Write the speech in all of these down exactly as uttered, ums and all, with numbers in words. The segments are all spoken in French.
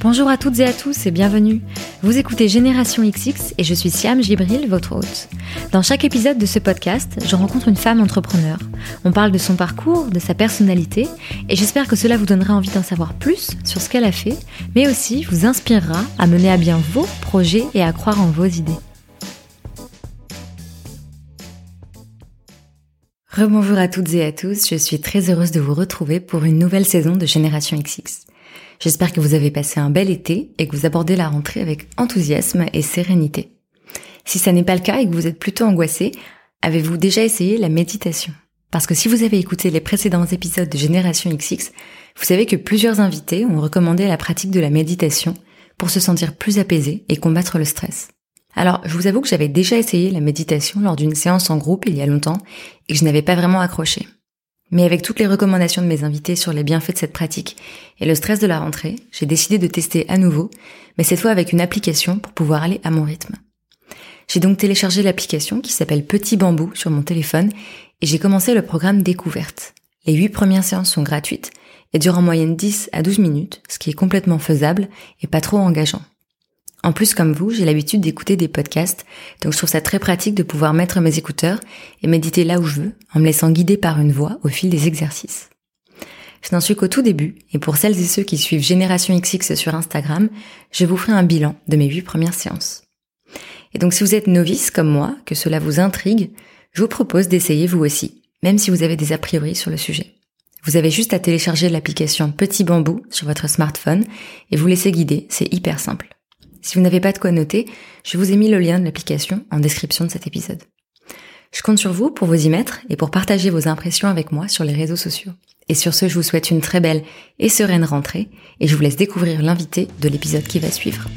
Bonjour à toutes et à tous et bienvenue. Vous écoutez Génération X X et je suis Siam Gibril, votre hôte. Dans chaque épisode de ce podcast, je rencontre une femme entrepreneur. On parle de son parcours, de sa personnalité et j'espère que cela vous donnera envie d'en savoir plus sur ce qu'elle a fait, mais aussi vous inspirera à mener à bien vos projets et à croire en vos idées. Rebonjour à toutes et à tous, je suis très heureuse de vous retrouver pour une nouvelle saison de Génération X X. J'espère que vous avez passé un bel été et que vous abordez la rentrée avec enthousiasme et sérénité. Si ça n'est pas le cas et que vous êtes plutôt angoissé, avez-vous déjà essayé la méditation ? Parce que si vous avez écouté les précédents épisodes de Génération X X, vous savez que plusieurs invités ont recommandé la pratique de la méditation pour se sentir plus apaisé et combattre le stress. Alors, je vous avoue que j'avais déjà essayé la méditation lors d'une séance en groupe il y a longtemps et que je n'avais pas vraiment accroché. Mais avec toutes les recommandations de mes invités sur les bienfaits de cette pratique et le stress de la rentrée, j'ai décidé de tester à nouveau, mais cette fois avec une application pour pouvoir aller à mon rythme. J'ai donc téléchargé l'application qui s'appelle Petit Bambou sur mon téléphone et j'ai commencé le programme Découverte. Les huit premières séances sont gratuites et durent en moyenne dix à douze minutes, ce qui est complètement faisable et pas trop engageant. En plus, comme vous, j'ai l'habitude d'écouter des podcasts, donc je trouve ça très pratique de pouvoir mettre mes écouteurs et méditer là où je veux, en me laissant guider par une voix au fil des exercices. Je n'en suis qu'au tout début, et pour celles et ceux qui suivent Génération X X sur Instagram, je vous ferai un bilan de mes huit premières séances. Et donc si vous êtes novice comme moi, que cela vous intrigue, je vous propose d'essayer vous aussi, même si vous avez des a priori sur le sujet. Vous avez juste à télécharger l'application Petit Bambou sur votre smartphone et vous laisser guider, c'est hyper simple. Si vous n'avez pas de quoi noter, je vous ai mis le lien de l'application en description de cet épisode. Je compte sur vous pour vous y mettre et pour partager vos impressions avec moi sur les réseaux sociaux. Et sur ce, je vous souhaite une très belle et sereine rentrée et je vous laisse découvrir l'invité de l'épisode qui va suivre.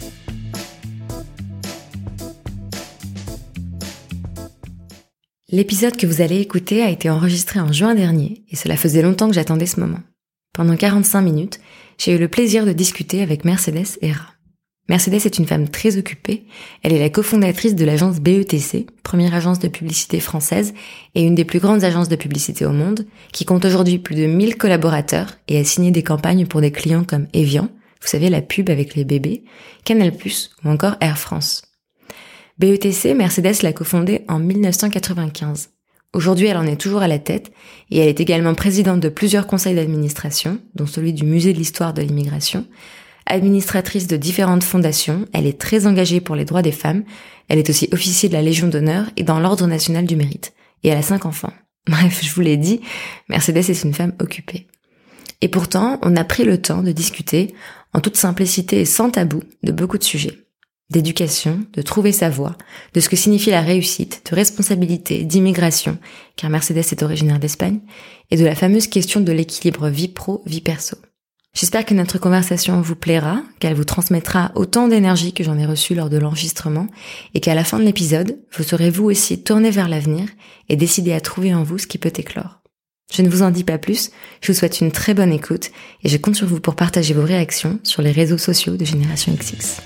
L'épisode que vous allez écouter a été enregistré en juin dernier et cela faisait longtemps que j'attendais ce moment. Pendant quarante-cinq minutes, j'ai eu le plaisir de discuter avec Mercedes Hera. Mercedes est une femme très occupée, elle est la cofondatrice de l'agence B E T C, première agence de publicité française et une des plus grandes agences de publicité au monde, qui compte aujourd'hui plus de mille collaborateurs et a signé des campagnes pour des clients comme Evian, vous savez la pub avec les bébés, Canal plus, ou encore Air France. B E T C, Mercedes l'a cofondée en mille neuf cent quatre-vingt-quinze. Aujourd'hui, elle en est toujours à la tête et elle est également présidente de plusieurs conseils d'administration, dont celui du Musée de l'Histoire de l'Immigration. Administratrice de différentes fondations, elle est très engagée pour les droits des femmes, elle est aussi officier de la Légion d'honneur et dans l'Ordre national du mérite. Et elle a cinq enfants. Bref, je vous l'ai dit, Mercedes est une femme occupée. Et pourtant, on a pris le temps de discuter, en toute simplicité et sans tabou, de beaucoup de sujets. D'éducation, de trouver sa voie, de ce que signifie la réussite, de responsabilité, d'immigration, car Mercedes est originaire d'Espagne, et de la fameuse question de l'équilibre vie pro, vie perso. J'espère que notre conversation vous plaira, qu'elle vous transmettra autant d'énergie que j'en ai reçu lors de l'enregistrement et qu'à la fin de l'épisode, vous serez vous aussi tourné vers l'avenir et décidé à trouver en vous ce qui peut éclore. Je ne vous en dis pas plus, je vous souhaite une très bonne écoute et je compte sur vous pour partager vos réactions sur les réseaux sociaux de Génération X X.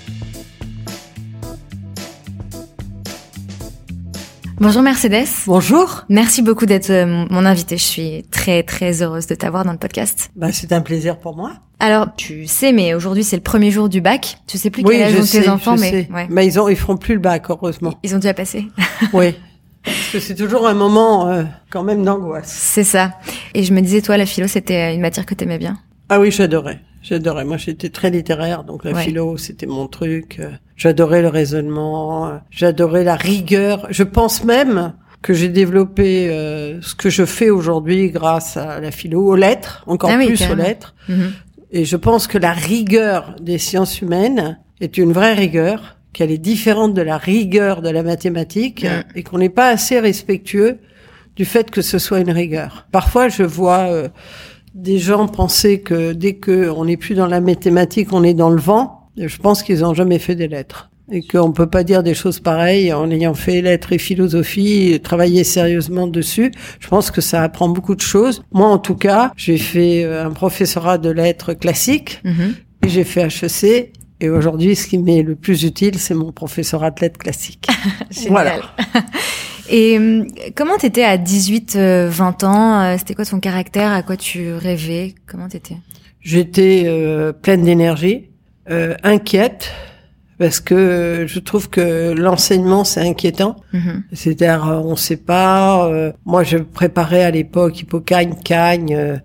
Bonjour Mercedes. Bonjour. Merci beaucoup d'être euh, mon invitée. Je suis très très heureuse de t'avoir dans le podcast. Bah, c'est un plaisir pour moi. Alors, tu sais, mais aujourd'hui c'est le premier jour du bac. Tu sais plus oui, quel âge ont sais, tes enfants, je mais sais. Ouais. Mais ils ont, ils feront plus le bac, heureusement. Ils ont déjà passé. Oui. Parce que c'est toujours un moment euh, quand même d'angoisse. C'est ça. Et je me disais, toi, la philo, c'était une matière que t'aimais bien. Ah oui, j'adorais. J'adorais. Moi, j'étais très littéraire, donc la ouais. philo, c'était mon truc. J'adorais le raisonnement. J'adorais la rigueur. Je pense même que j'ai développé euh, ce que je fais aujourd'hui grâce à la philo, aux lettres, encore ah oui, plus carrément. aux lettres. Mm-hmm. Et je pense que la rigueur des sciences humaines est une vraie rigueur, qu'elle est différente de la rigueur de la mathématique, mm. et qu'on n'est pas assez respectueux du fait que ce soit une rigueur. Parfois, je vois euh, des gens penser que dès qu'on n'est plus dans la mathématique, on est dans le vent. Et je pense qu'ils n'ont jamais fait des lettres. Et qu'on peut pas dire des choses pareilles en ayant fait lettres et philosophie et travaillé sérieusement dessus. Je pense que ça apprend beaucoup de choses. Moi, en tout cas, j'ai fait un professorat de lettres classiques, mm-hmm. et j'ai fait H E C. Et aujourd'hui, ce qui m'est le plus utile, c'est mon professorat de lettres classiques. Génial. Voilà. Et euh, comment t'étais à dix-huit, vingt ans? C'était quoi ton caractère? À quoi tu rêvais? Comment t'étais? J'étais euh, pleine d'énergie. euh, inquiète. Parce que je trouve que l'enseignement, c'est inquiétant. Mm-hmm. C'est-à-dire, on sait pas... Euh, moi, je préparais à l'époque Hippocagne, Cagne, euh,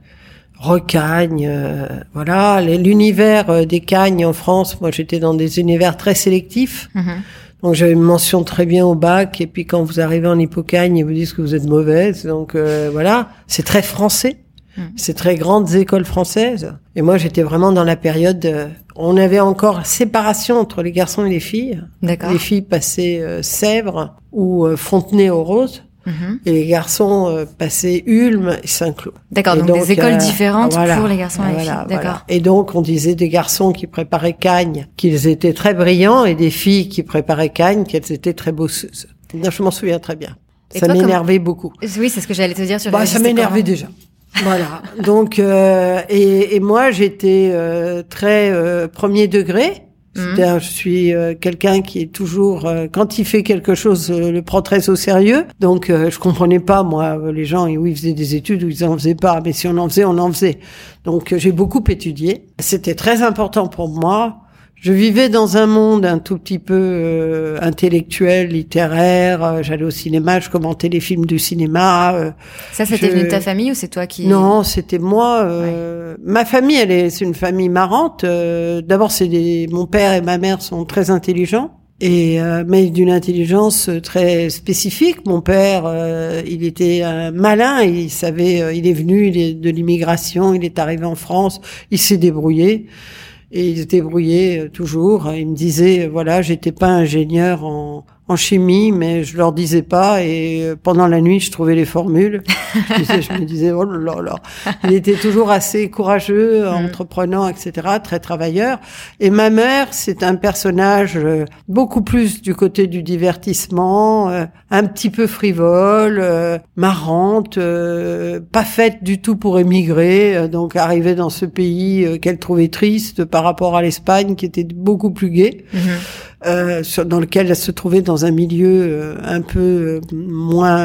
Recagne, euh, voilà. L'univers des cagnes en France, moi, j'étais dans des univers très sélectifs. Mm-hmm. Donc, j'avais une mention très bien au bac. Et puis, quand vous arrivez en Hippocagne, ils vous disent que vous êtes mauvaise. Donc, euh, voilà. C'est très français. C'est très grandes écoles françaises. Et moi, j'étais vraiment dans la période... Euh, on avait encore séparation entre les garçons et les filles. D'accord. Les filles passaient euh, Sèvres ou euh, Fontenay-aux-Roses. Mm-hmm. Et les garçons euh, passaient Ulm et Saint-Cloud. D'accord, donc, donc des écoles euh, différentes voilà, pour les garçons et les voilà, filles. D'accord. Voilà. Et donc, on disait des garçons qui préparaient Cagne qu'ils étaient très brillants et des filles qui préparaient Cagne qu'elles étaient très bosseuses. Je m'en souviens très bien. Et ça toi, m'énervait comme... beaucoup. Oui, c'est ce que j'allais te dire sur bah, ça m'énervait déjà. Voilà. Donc euh, et, et moi j'étais euh, très euh, premier degré. C'est-à-dire, mmh. je suis euh, quelqu'un qui est toujours, euh, quand il fait quelque chose, euh, le prend très au sérieux. Donc, euh, je comprenais pas, moi, les gens, où ils faisaient des études, où ils en faisaient pas. Mais si on en faisait, on en faisait. Donc, euh, j'ai beaucoup étudié. C'était très important pour moi. Je vivais dans un monde un tout petit peu euh, intellectuel, littéraire. Euh, j'allais au cinéma, je commentais les films du cinéma. Euh, Ça, c'était je... venu de ta famille ou c'est toi qui... Non, c'était moi. Euh... Ouais. Ma famille, elle est, c'est une famille marrante. Euh, d'abord, c'est des, mon père et ma mère sont très intelligents. Et euh, mais d'une intelligence très spécifique. Mon père, euh, il était un malin, il savait, euh, il est venu, il est de l'immigration, il est arrivé en France, il s'est débrouillé. Et il se débrouillait toujours. Il me disait, voilà, j'étais pas ingénieur en, en chimie, mais je leur disais pas. Et pendant la nuit, je trouvais les formules. Je, disais, je me disais, oh là là là. Il était toujours assez courageux, mmh. entreprenant, et cetera, très travailleur. Et ma mère, c'est un personnage beaucoup plus du côté du divertissement, euh, un petit peu frivole, euh, marrante, euh, pas faite du tout pour émigrer. Euh, donc, arrivée dans ce pays euh, qu'elle trouvait triste par rapport à l'Espagne, qui était beaucoup plus gai. Mmh. Euh, sur, dans lequel elle se trouvait dans un milieu euh, un peu euh, moins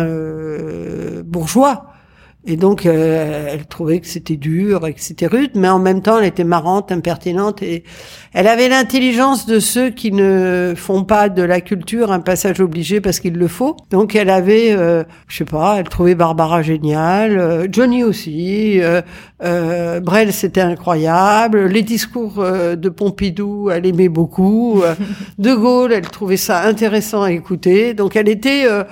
euh, bourgeois. Et donc, euh, elle trouvait que c'était dur et que c'était rude, mais en même temps, elle était marrante, impertinente, et elle avait l'intelligence de ceux qui ne font pas de la culture un passage obligé parce qu'il le faut. Donc, elle avait, euh, je sais pas, elle trouvait Barbara géniale, euh, Johnny aussi, euh, euh, Brel, c'était incroyable, les discours euh, de Pompidou, elle aimait beaucoup, euh, De Gaulle, elle trouvait ça intéressant à écouter. Donc, elle était... Euh,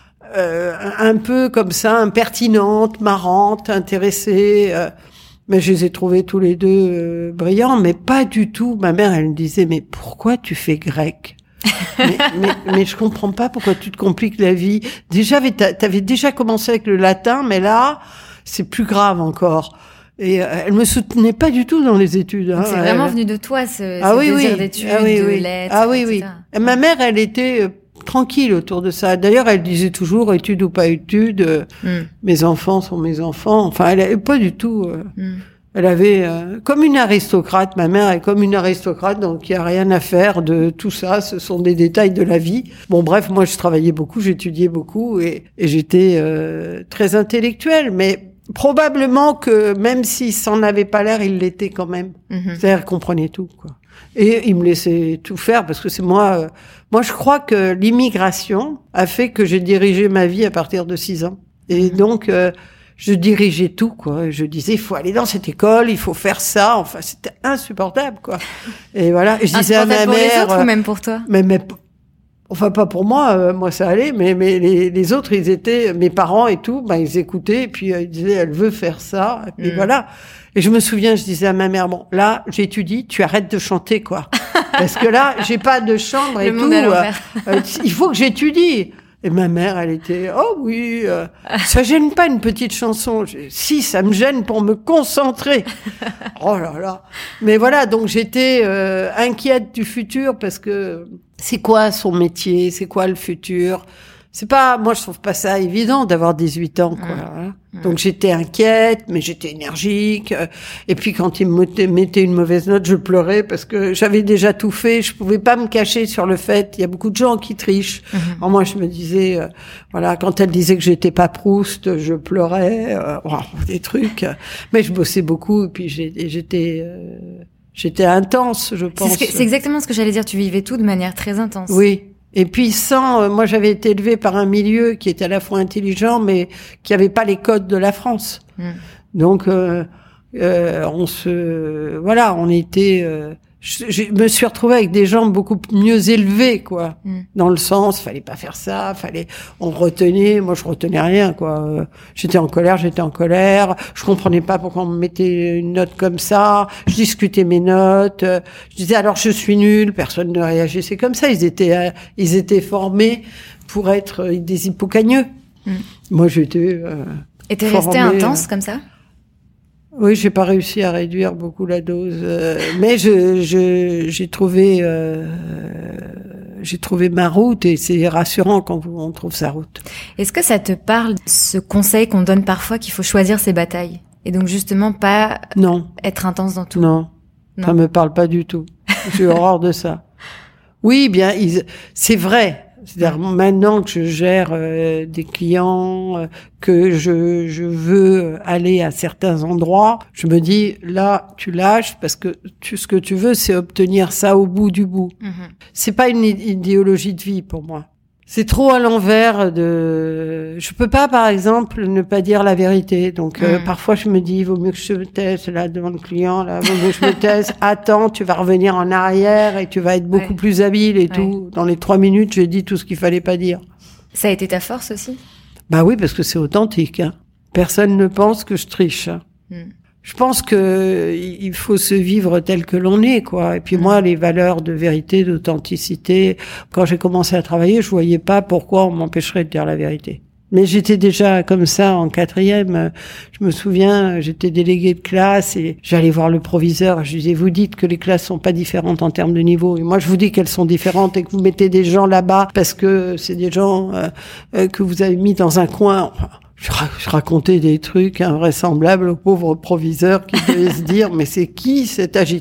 Euh, un peu comme ça, impertinente, marrante, intéressée. Euh, mais je les ai trouvés tous les deux euh, brillants, mais pas du tout. Ma mère, elle me disait, mais pourquoi tu fais grec ? mais, mais, mais je comprends pas pourquoi tu te compliques la vie. Déjà, t'avais déjà commencé avec le latin, mais là, c'est plus grave encore. Et euh, elle me soutenait pas du tout dans les études. Hein. C'est vraiment elle... venu de toi, ce, ah, ce oui, désir oui. d'études, ah, oui, de oui. lettres, Ah oui, et cetera. oui. Et ma mère, elle était... Euh, tranquille autour de ça. D'ailleurs, elle disait toujours études ou pas études, euh, mm. mes enfants sont mes enfants. Enfin, elle avait pas du tout. Euh, mm. Elle avait euh, comme une aristocrate. Ma mère est comme une aristocrate, donc il y a rien à faire de tout ça. Ce sont des détails de la vie. Bon, bref, moi, je travaillais beaucoup, j'étudiais beaucoup et, et j'étais euh, très intellectuelle, mais probablement que même s'il s'en avait pas l'air, il l'était quand même. Mm-hmm. C'est-à-dire, il comprenait tout, quoi. Et il me laissait tout faire parce que c'est moi. Euh, moi, je crois que l'immigration a fait que j'ai dirigé ma vie à partir de six ans. Et mmh. donc, euh, je dirigeais tout, quoi. Je disais, il faut aller dans cette école, il faut faire ça. Enfin, c'était insupportable, quoi. Et voilà. Et je disais à ma pour mère. Les autres euh, ou même pour toi? Mais, mais enfin, pas pour moi. Euh, moi, ça allait. Mais, mais les, les autres, ils étaient, mes parents et tout, ben, ils écoutaient. Et puis, euh, ils disaient, elle veut faire ça. Et puis mmh. voilà. Et je me souviens, je disais à ma mère, bon, là, j'étudie, tu arrêtes de chanter, quoi. Parce que là, j'ai pas de chambre et Le tout. Euh, euh, il faut que j'étudie. Et ma mère, elle était, oh oui, euh, ça gêne pas une petite chanson. Je, si, ça me gêne pour me concentrer. Oh là là. Mais voilà, donc j'étais euh, inquiète du futur parce que c'est quoi son métier, c'est quoi le futur. C'est pas, moi je trouve pas ça évident d'avoir dix-huit ans, quoi. Mmh. Hein. Mmh. Donc j'étais inquiète, mais j'étais énergique. Et puis quand ils me mettaient une mauvaise note, je pleurais parce que j'avais déjà tout fait. Je pouvais pas me cacher sur le fait. Il y a beaucoup de gens qui trichent. Mmh. Alors moi je me disais, euh, voilà, quand elle disait que j'étais pas Proust, je pleurais, euh, oh, des trucs. Mais je bossais beaucoup et puis j'étais, euh, J'étais intense, je pense. C'est, ce que, c'est exactement ce que j'allais dire. Tu vivais tout de manière très intense. Oui. Et puis sans, euh, moi j'avais été élevée par un milieu qui était à la fois intelligent, mais qui avait pas les codes de la France. Mm. Donc, euh, euh, on se, voilà, on était. Euh, je, je me suis retrouvée avec des gens beaucoup mieux élevés, quoi. Mm. Dans le sens, fallait pas faire ça, fallait, on retenait. Moi, je retenais rien, quoi. J'étais en colère, j'étais en colère. Je comprenais pas pourquoi on me mettait une note comme ça. Je discutais mes notes. Je disais alors je suis nulle. Personne ne réagissait comme ça. Ils étaient, euh, ils étaient formés pour être des hippocagneux. Mm. Moi, j'étais. Euh, Et t'es restée intense comme ça? Oui, j'ai pas réussi à réduire beaucoup la dose, euh, mais je, je, j'ai trouvé, euh, j'ai trouvé ma route et c'est rassurant quand on trouve sa route. Est-ce que ça te parle, ce conseil qu'on donne parfois qu'il faut choisir ses batailles et donc justement pas non. être intense dans tout? Non, non. Ça me parle pas du tout. J'ai horreur de ça. Oui, bien, ils, c'est vrai. C'est-à-dire maintenant que je gère euh, des clients, euh, que je je veux aller à certains endroits, je me dis là tu lâches parce que tu, ce que tu veux c'est obtenir ça au bout du bout. Mm-hmm. C'est pas une idéologie de vie pour moi. C'est trop à l'envers de. Je peux pas, par exemple, ne pas dire la vérité. Donc mmh. euh, parfois je me dis, il vaut mieux que je me taise là devant le client, là, vaut mieux que je me taise. Attends, tu vas revenir en arrière et tu vas être beaucoup ouais. plus habile et ouais. tout. Dans les trois minutes, j'ai dit tout ce qu'il fallait pas dire. Ça a été ta force aussi? Bah oui, parce que c'est authentique. Hein. Personne ne pense que je triche. Hein. Mmh. Je pense que il faut se vivre tel que l'on est, quoi. Et puis mmh. moi, les valeurs de vérité, d'authenticité, quand j'ai commencé à travailler, je voyais pas pourquoi on m'empêcherait de dire la vérité. Mais j'étais déjà comme ça en quatrième. Je me souviens, j'étais déléguée de classe et j'allais voir le proviseur. Je disais, vous dites que les classes sont pas différentes en termes de niveau. Et moi, je vous dis qu'elles sont différentes et que vous mettez des gens là-bas parce que c'est des gens euh, que vous avez mis dans un coin. Enfin, Je, ra- je racontais des trucs invraisemblables au pauvre proviseur qui devait se dire « Mais c'est qui cet agité ?»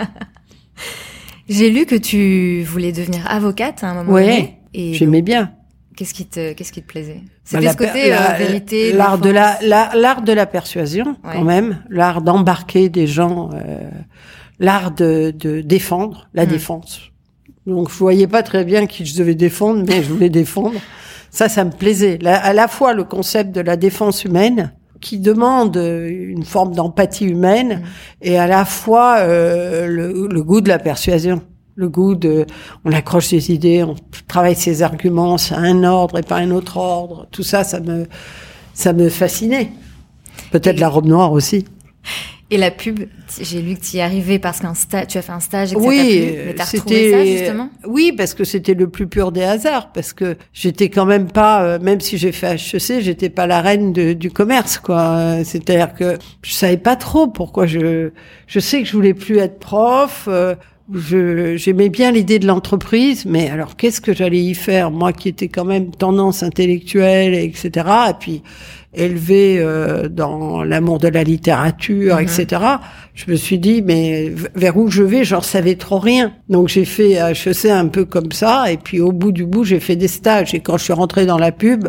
J'ai lu que tu voulais devenir avocate à un moment ouais, donné. Oui, j'aimais donc, bien. Qu'est-ce qui te, qu'est-ce qui te plaisait? C'était bah, ce côté la, euh, vérité, l'art de la, la, l'art de la persuasion, ouais. quand même, l'art d'embarquer des gens, euh, l'art de, de défendre, la mmh. défense. Donc je voyais pas très bien qui je devais défendre, mais je voulais défendre. Ça, ça me plaisait. La, à la fois le concept de la défense humaine, qui demande une forme d'empathie humaine, mmh. et à la fois euh, le, le goût de la persuasion. Le goût de, on accroche ses idées, on travaille ses arguments, c'est un ordre et pas un autre ordre. Tout ça, ça me, ça me fascinait. Peut-être et la robe noire aussi. Et la pub, j'ai lu que tu y arrivais parce qu'un stage, tu as fait un stage et que oui, ça t'a plu. Mais t'as retrouvé ça, justement? Oui, parce que c'était le plus pur des hasards, parce que j'étais quand même pas, euh, même si j'ai fait H E C, j'étais pas la reine de, du commerce, quoi. C'est-à-dire que je savais pas trop pourquoi je, je sais que je voulais plus être prof, euh, Je, j'aimais bien l'idée de l'entreprise, mais alors qu'est-ce que j'allais y faire, moi qui étais quand même tendance intellectuelle, et cetera. Et puis élevée euh, dans l'amour de la littérature, mm-hmm. et cetera. Je me suis dit, mais vers où je vais, j'en savais trop rien. Donc j'ai fait H E C un peu comme ça, et puis au bout du bout, j'ai fait des stages. Et quand je suis rentrée dans la pub,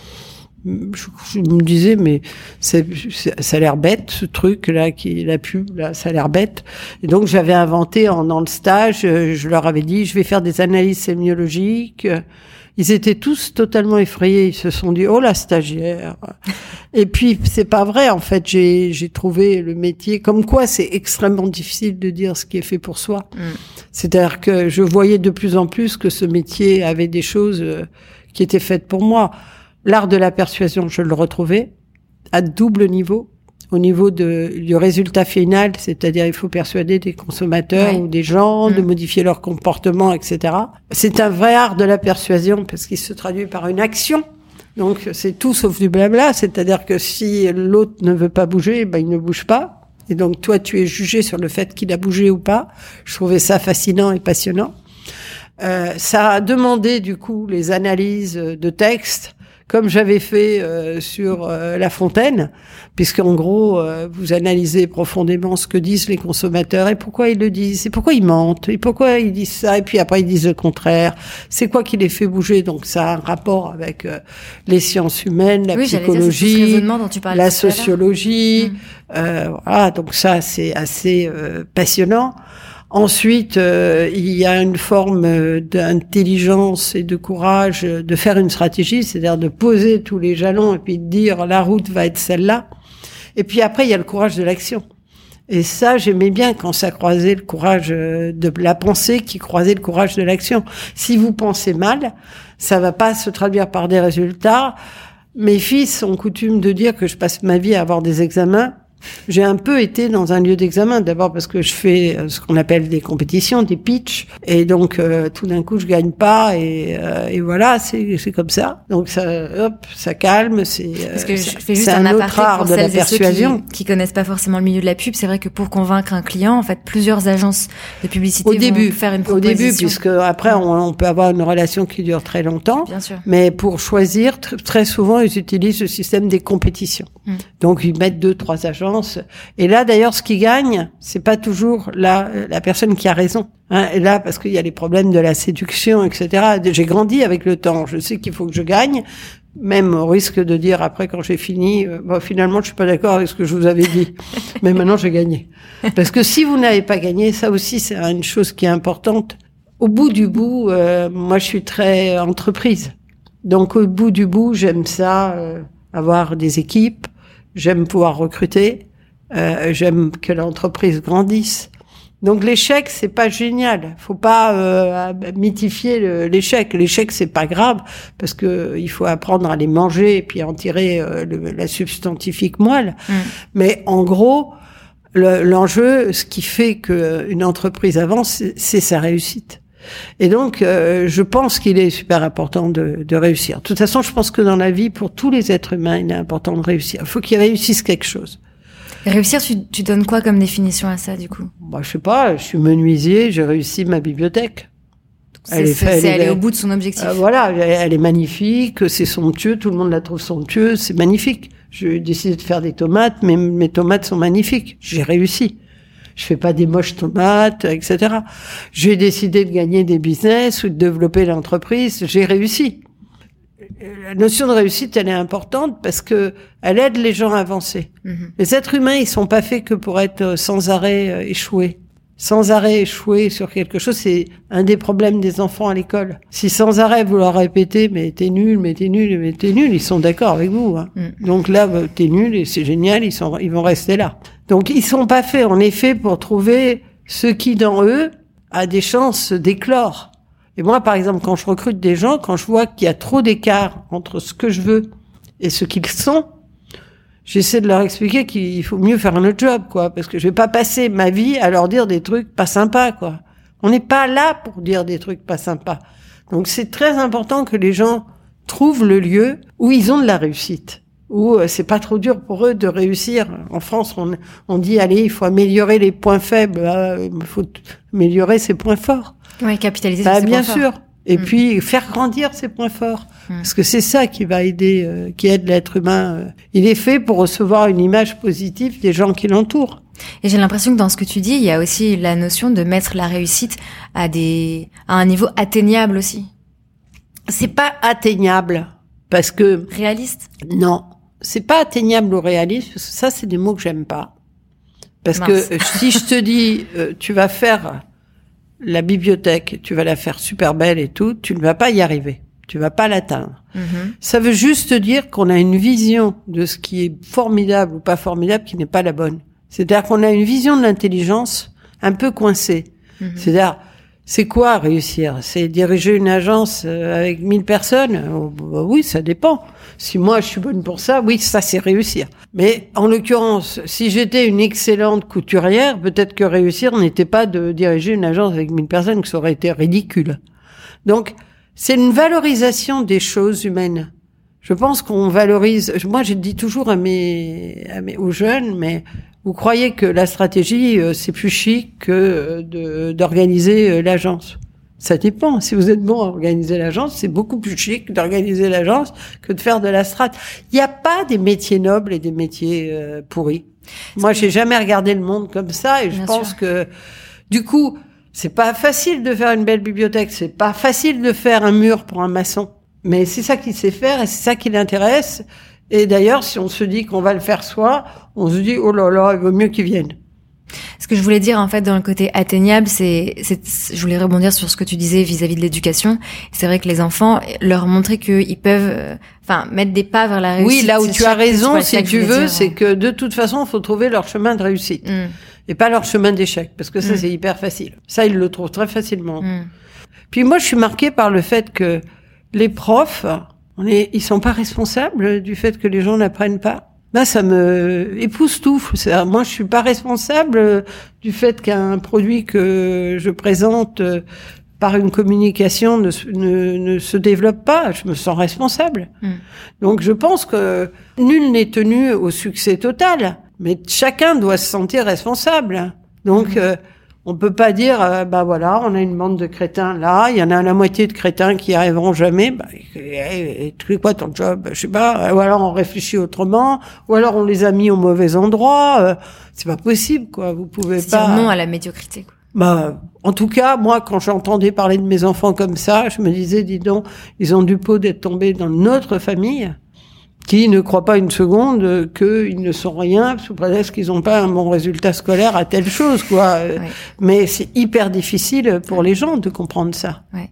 Je, je me disais mais c'est, c'est, ça a l'air bête ce truc là qui la pub là ça a l'air bête et donc j'avais inventé en dans le stage je leur avais dit je vais faire des analyses sémiologiques. Ils étaient tous totalement effrayés, ils se sont dit oh la stagiaire. Et puis c'est pas vrai en fait, j'ai j'ai trouvé le métier comme quoi c'est extrêmement difficile de dire ce qui est fait pour soi. Mm. C'est-à-dire que je voyais de plus en plus que ce métier avait des choses qui étaient faites pour moi. L'art de la persuasion, je le retrouvais à double niveau. Au niveau de, du résultat final, c'est-à-dire il faut persuader des consommateurs ouais. ou des gens mmh. de modifier leur comportement, et cetera. C'est un vrai art de la persuasion parce qu'il se traduit par une action. Donc c'est tout sauf du blabla, c'est-à-dire que si l'autre ne veut pas bouger, ben il ne bouge pas. Et donc toi tu es jugé sur le fait qu'il a bougé ou pas. Je trouvais ça fascinant et passionnant. Euh, ça a demandé du coup les analyses de texte comme j'avais fait euh, sur euh, La Fontaine, puisqu'en gros, euh, vous analysez profondément ce que disent les consommateurs et pourquoi ils le disent, et pourquoi ils mentent, et pourquoi ils disent ça, et puis après ils disent le contraire. C'est quoi qui les fait bouger? Donc ça a un rapport avec euh, les sciences humaines, la oui, psychologie, dire, dont tu la sociologie. Mmh. Euh, voilà, donc ça c'est assez euh, passionnant. Ensuite, euh, il y a une forme d'intelligence et de courage de faire une stratégie, c'est-à-dire de poser tous les jalons et puis de dire la route va être celle-là. Et puis après, il y a le courage de l'action. Et ça, j'aimais bien quand ça croisait le courage de la pensée qui croisait le courage de l'action. Si vous pensez mal, ça va pas se traduire par des résultats. Mes fils ont coutume de dire que je passe ma vie à avoir des examens. J'ai un peu été dans un lieu d'examen, d'abord parce que je fais ce qu'on appelle des compétitions, des pitchs, et donc euh, tout d'un coup je gagne pas, et, euh, et voilà, c'est c'est comme ça. Donc ça, hop, ça calme. C'est parce que ça, je fais juste un, un autre art de la persuasion. Qui, qui connaissent pas forcément le milieu de la pub, c'est vrai que pour convaincre un client, en fait, plusieurs agences de publicité au vont début, faire une proposition. Au début, puisque après on, on peut avoir une relation qui dure très longtemps. Bien sûr. Mais pour choisir, tr- très souvent ils utilisent le système des compétitions. Mmh. Donc ils mettent deux, trois agences. Et là, d'ailleurs, ce qui gagne, c'est pas toujours la, la personne qui a raison. Hein, et là, parce qu'il y a les problèmes de la séduction, et cetera. J'ai grandi avec le temps. Je sais qu'il faut que je gagne, même au risque de dire après, quand j'ai fini, euh, bon, finalement, je suis pas d'accord avec ce que je vous avais dit. Mais maintenant, j'ai gagné. Parce que si vous n'avez pas gagné, ça aussi, c'est une chose qui est importante. Au bout du bout, euh, moi, je suis très entreprise. Donc, au bout du bout, j'aime ça, euh, avoir des équipes. J'aime pouvoir recruter. Euh, j'aime que l'entreprise grandisse. Donc l'échec, c'est pas génial. Faut pas euh, mythifier le, l'échec. L'échec, c'est pas grave parce que il faut apprendre à les manger et puis en tirer euh, le, la substantifique moelle. Mm. Mais en gros, le, l'enjeu, ce qui fait que une entreprise avance, c'est, c'est sa réussite. Et donc, euh, je pense qu'il est super important de, de réussir. De toute façon, je pense que dans la vie, pour tous les êtres humains, il est important de réussir. Il faut qu'ils réussissent quelque chose. Réussir, tu, tu donnes quoi comme définition à ça, du coup? Bah, je sais pas, je suis menuisier, j'ai réussi ma bibliothèque. C'est, elle est, c'est, elle c'est est, aller au bout de son objectif. Euh, voilà, elle, elle est magnifique, c'est somptueux, tout le monde la trouve somptueuse, c'est magnifique. J'ai décidé de faire des tomates, mais mes tomates sont magnifiques. J'ai réussi. Je fais pas des moches tomates, et cetera. J'ai décidé de gagner des business ou de développer l'entreprise, j'ai réussi. La notion de réussite, elle est importante parce que elle aide les gens à avancer. Mmh. Les êtres humains, ils sont pas faits que pour être sans arrêt euh, échoués. Sans arrêt échouer sur quelque chose, c'est un des problèmes des enfants à l'école. Si sans arrêt vous leur répétez, mais t'es nul, mais t'es nul, mais t'es nul, ils sont d'accord avec vous. Hein. Mmh. Donc là, t'es nul et c'est génial, ils sont, ils vont rester là. Donc ils sont pas faits, en effet, pour trouver ce qui dans eux a des chances d'éclore. Et moi, par exemple, quand je recrute des gens, quand je vois qu'il y a trop d'écart entre ce que je veux et ce qu'ils sont, j'essaie de leur expliquer qu'il faut mieux faire un autre job, quoi, parce que je vais pas passer ma vie à leur dire des trucs pas sympas, quoi. On n'est pas là pour dire des trucs pas sympas. Donc c'est très important que les gens trouvent le lieu où ils ont de la réussite, où euh, c'est pas trop dur pour eux de réussir. En France, on, on dit, allez, il faut améliorer les points faibles, euh, il faut améliorer ses points forts. Oui, capitaliser bah, sur ses bien points sûr. forts. Et mmh. puis faire grandir ses points forts, mmh. parce que c'est ça qui va aider, euh, qui aide l'être humain. Euh. Il est fait pour recevoir une image positive des gens qui l'entourent. Et j'ai l'impression que dans ce que tu dis, il y a aussi la notion de mettre la réussite à des à un niveau atteignable aussi. C'est pas atteignable parce que réaliste. Non, c'est pas atteignable ou réaliste parce que ça c'est des mots que j'aime pas. Parce Mince. que si je te dis euh, tu vas faire la bibliothèque, tu vas la faire super belle et tout, tu ne vas pas y arriver. Tu vas pas l'atteindre. Mmh. Ça veut juste dire qu'on a une vision de ce qui est formidable ou pas formidable qui n'est pas la bonne. C'est-à-dire qu'on a une vision de l'intelligence un peu coincée. Mmh. C'est-à-dire, c'est quoi réussir? C'est diriger une agence avec mille personnes? Oh, bah oui, ça dépend. Si moi je suis bonne pour ça, oui, ça c'est réussir. Mais en l'occurrence, si j'étais une excellente couturière, peut-être que réussir n'était pas de diriger une agence avec mille personnes, que ça aurait été ridicule. Donc, c'est une valorisation des choses humaines. Je pense qu'on valorise. Moi, je dis toujours à mes, à mes aux jeunes, mais vous croyez que la stratégie c'est plus chic que de, d'organiser l'agence? Ça dépend. Si vous êtes bon à organiser l'agence, c'est beaucoup plus chic d'organiser l'agence que de faire de la strat. Il n'y a pas des métiers nobles et des métiers euh, pourris. C'est Moi, que... j'ai jamais regardé le monde comme ça, et je Bien pense sûr. que, du coup, c'est pas facile de faire une belle bibliothèque, c'est pas facile de faire un mur pour un maçon. Mais c'est ça qu'il sait faire et c'est ça qui l'intéresse. Et d'ailleurs, si on se dit qu'on va le faire soi, on se dit, oh là là, il vaut mieux qu'il vienne. Ce que je voulais dire, en fait, dans le côté atteignable, c'est, c'est, je voulais rebondir sur ce que tu disais vis-à-vis de l'éducation. C'est vrai que les enfants, leur montrer qu'ils peuvent, euh, enfin, mettre des pas vers la réussite. Oui, là où tu as raison, si tu veux, dire, c'est que de toute façon, il faut trouver leur chemin de réussite. Mm. Et pas leur chemin d'échec. Parce que ça, mm. c'est hyper facile. Ça, ils le trouvent très facilement. Mm. Puis moi, je suis marquée par le fait que les profs, on est, ils sont pas responsables du fait que les gens n'apprennent pas. Là, ça me époustoufle. C'est, moi, je suis pas responsable du fait qu'un produit que je présente par une communication ne, ne, ne se développe pas. Je me sens responsable. Mm. Donc, je pense que nul n'est tenu au succès total, mais chacun doit se sentir responsable. Donc, mm. euh, on peut pas dire, euh, bah voilà, on a une bande de crétins là, il y en a la moitié de crétins qui y arriveront jamais. Bah, et, et, tu fais quoi ton job? Je sais pas. Ou alors on réfléchit autrement, ou alors on les a mis au mauvais endroit. Euh, c'est pas possible, quoi. Vous pouvez c'est pas. C'est non à la médiocrité, quoi. Bah, en tout cas, moi, quand j'entendais parler de mes enfants comme ça, je me disais, dis donc, ils ont du pot d'être tombés dans notre famille, qui ne croient pas une seconde qu'ils ne sont rien sous prétexte qu'ils n'ont pas un bon résultat scolaire à telle chose, quoi. Ouais. Mais c'est hyper difficile pour les gens de comprendre ça. Ouais.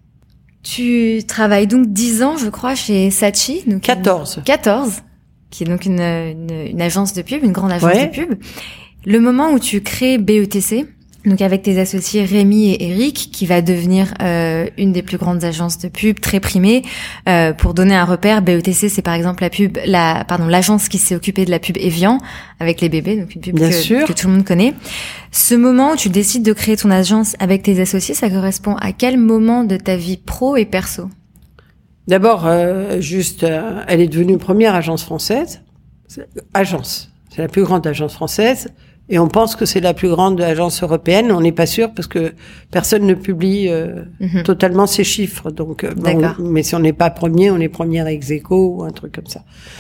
Tu travailles donc dix ans, je crois, chez Saatchi. Donc quatorze. Une... quatorze, qui est donc une, une, une agence de pub, une grande agence ouais. de pub. Le moment où tu crées B E T C, donc avec tes associés Rémi et Eric, qui va devenir euh, une des plus grandes agences de pub, très primée. Euh, pour donner un repère, B E T C, c'est par exemple la pub, la pardon, l'agence qui s'est occupée de la pub Evian avec les bébés, donc une pub que, que tout le monde connaît. Ce moment où tu décides de créer ton agence avec tes associés, ça correspond à quel moment de ta vie pro et perso? D'abord, euh, juste, euh, elle est devenue première agence française. C'est, agence, c'est la plus grande agence française. Et on pense que c'est la plus grande agence européenne. On n'est pas sûr parce que personne ne publie euh, mm-hmm. totalement ces chiffres. Donc, bon, mais si on n'est pas premier, on est première ex aequo ou un truc comme ça.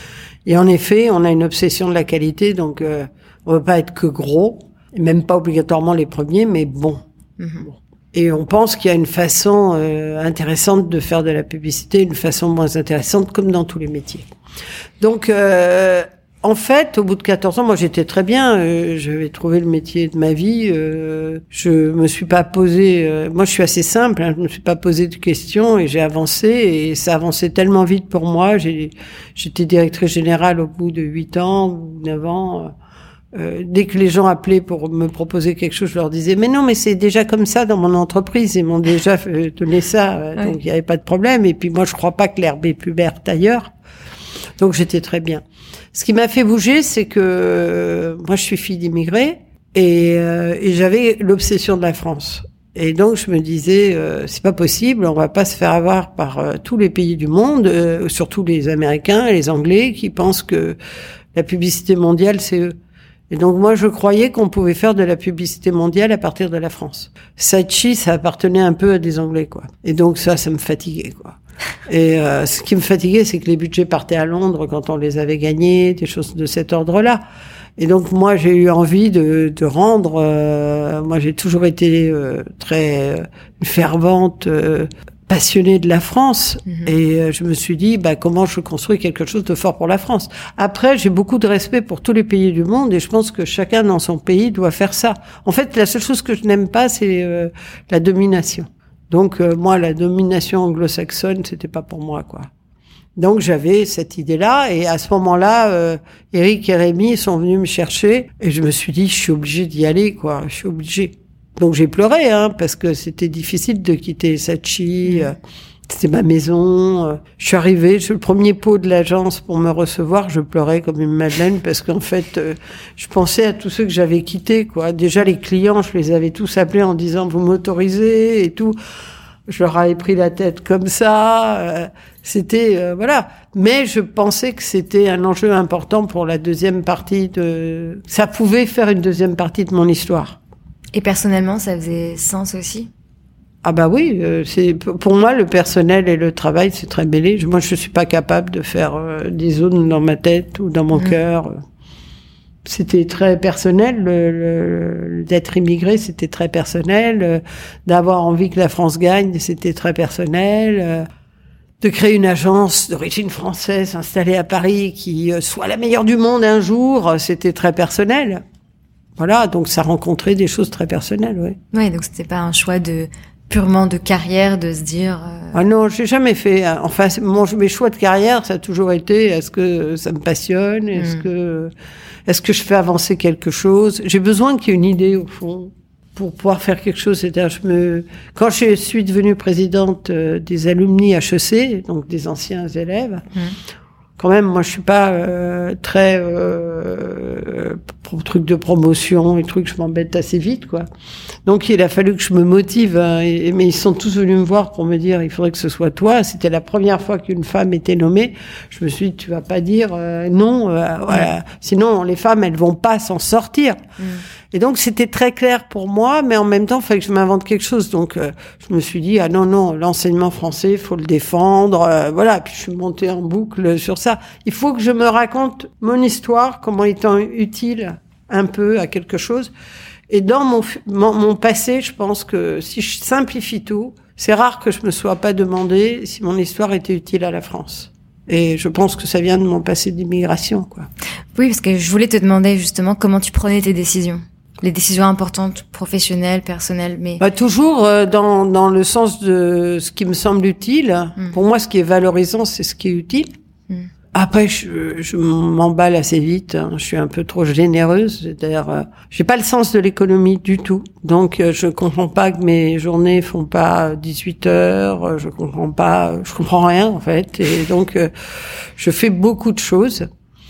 Et en effet, on a une obsession de la qualité. Donc, euh, on ne veut pas être que gros, et même pas obligatoirement les premiers, mais bon. Mm-hmm. bon. Et on pense qu'il y a une façon euh, intéressante de faire de la publicité, une façon moins intéressante, comme dans tous les métiers. Donc, euh, en fait, au bout de quatorze ans, moi j'étais très bien. Euh, j'avais trouvé le métier de ma vie. Euh, je me suis pas posé. Euh, moi, je suis assez simple. Hein, je me suis pas posé de questions et j'ai avancé. Et ça avançait tellement vite pour moi. J'ai, j'étais directrice générale au bout de huit ans ou neuf ans. Euh, dès que les gens appelaient pour me proposer quelque chose, je leur disais mais non, mais c'est déjà comme ça dans mon entreprise. Ils m'ont déjà fait, donné ça, euh, ouais. donc il y avait pas de problème. Et puis moi, je crois pas que l'herbe est plus verte ailleurs. Donc j'étais très bien. Ce qui m'a fait bouger, c'est que euh, moi je suis fille d'immigrés et, euh, et j'avais l'obsession de la France. Et donc je me disais euh, c'est pas possible, on va pas se faire avoir par euh, tous les pays du monde, euh, surtout les Américains et les Anglais qui pensent que la publicité mondiale c'est eux. Et donc moi je croyais qu'on pouvait faire de la publicité mondiale à partir de la France. Saatchi, ça appartenait un peu à des Anglais quoi. Et donc ça, ça me fatiguait quoi. Et euh, ce qui me fatiguait, c'est que les budgets partaient à Londres quand on les avait gagnés, des choses de cet ordre-là. Et donc moi, j'ai eu envie de, de rendre. Euh, moi, j'ai toujours été euh, très euh, fervente, euh, passionnée de la France. Mm-hmm. Et euh, je me suis dit, bah comment je construis quelque chose de fort pour la France. Après, j'ai beaucoup de respect pour tous les pays du monde, et je pense que chacun dans son pays doit faire ça. En fait, la seule chose que je n'aime pas, c'est euh, la domination. Donc euh, moi, la domination anglo-saxonne, c'était pas pour moi, quoi. Donc j'avais cette idée-là, et à ce moment-là, euh, Eric et Rémi sont venus me chercher, et je me suis dit, je suis obligée d'y aller, quoi. Je suis obligée. Donc j'ai pleuré, hein, parce que c'était difficile de quitter Saatchi. Euh, c'était ma maison. Euh, je suis arrivée, je suis le premier pot de l'agence pour me recevoir. Je pleurais comme une madeleine parce qu'en fait, euh, je pensais à tous ceux que j'avais quittés, quoi. Déjà les clients, je les avais tous appelés en disant vous m'autorisez et tout. Je leur avais pris la tête comme ça. Euh, c'était euh, voilà. Mais je pensais que c'était un enjeu important pour la deuxième partie de. Ça pouvait faire une deuxième partie de mon histoire. Et personnellement, ça faisait sens aussi? Ah bah oui, euh, c'est pour moi le personnel et le travail c'est très mêlé. Moi je suis pas capable de faire euh, des zones dans ma tête ou dans mon mmh. cœur. C'était très personnel, le, le, d'être immigré, c'était très personnel. Euh, d'avoir envie que la France gagne, c'était très personnel. Euh, de créer une agence d'origine française installée à Paris qui euh, soit la meilleure du monde un jour, c'était très personnel. Voilà, donc ça rencontrait des choses très personnelles, oui. Oui, donc c'était pas un choix de purement de carrière, de se dire... Euh... Ah non, j'ai jamais fait... Enfin, mon, mes choix de carrière, ça a toujours été, est-ce que ça me passionne? Est-ce mmh. que... Est-ce que je fais avancer quelque chose? J'ai besoin qu'il y ait une idée, au fond, pour pouvoir faire quelque chose. C'est-à-dire, je me, quand je suis devenue présidente des alumni H E C, donc des anciens élèves, mmh. quand même, moi, je suis pas euh, très euh, pour truc de promotion et trucs, je m'embête assez vite, quoi. Donc, il a fallu que je me motive. Hein, et, mais ils sont tous venus me voir pour me dire, il faudrait que ce soit toi. C'était la première fois qu'une femme était nommée. Je me suis dit, tu vas pas dire euh, non. Euh, voilà. Sinon, les femmes, elles vont pas s'en sortir. Mmh. Et donc, c'était très clair pour moi, mais en même temps, il fallait que je m'invente quelque chose. Donc, euh, je me suis dit, ah non, non, l'enseignement français, il faut le défendre. Euh, voilà, puis je suis montée en boucle sur ça. Il faut que je me raconte mon histoire, comment étant utile un peu à quelque chose. Et dans mon, mon, mon passé, je pense que si je simplifie tout, c'est rare que je me sois pas demandé si mon histoire était utile à la France. Et je pense que ça vient de mon passé d'immigration, quoi. Oui, parce que je voulais te demander justement comment tu prenais tes décisions. Les décisions importantes, professionnelles, personnelles, mais... Bah, toujours euh, dans, dans le sens de ce qui me semble utile. Mmh. Pour moi, ce qui est valorisant, c'est ce qui est utile. Mmh. Après, je, je m'emballe assez vite. Hein. Je suis un peu trop généreuse. C'est-à-dire, euh, j'ai pas le sens de l'économie du tout. Donc, euh, je comprends pas que mes journées font pas dix-huit heures. Je comprends pas, je comprends rien en fait. Et donc, euh, je fais beaucoup de choses.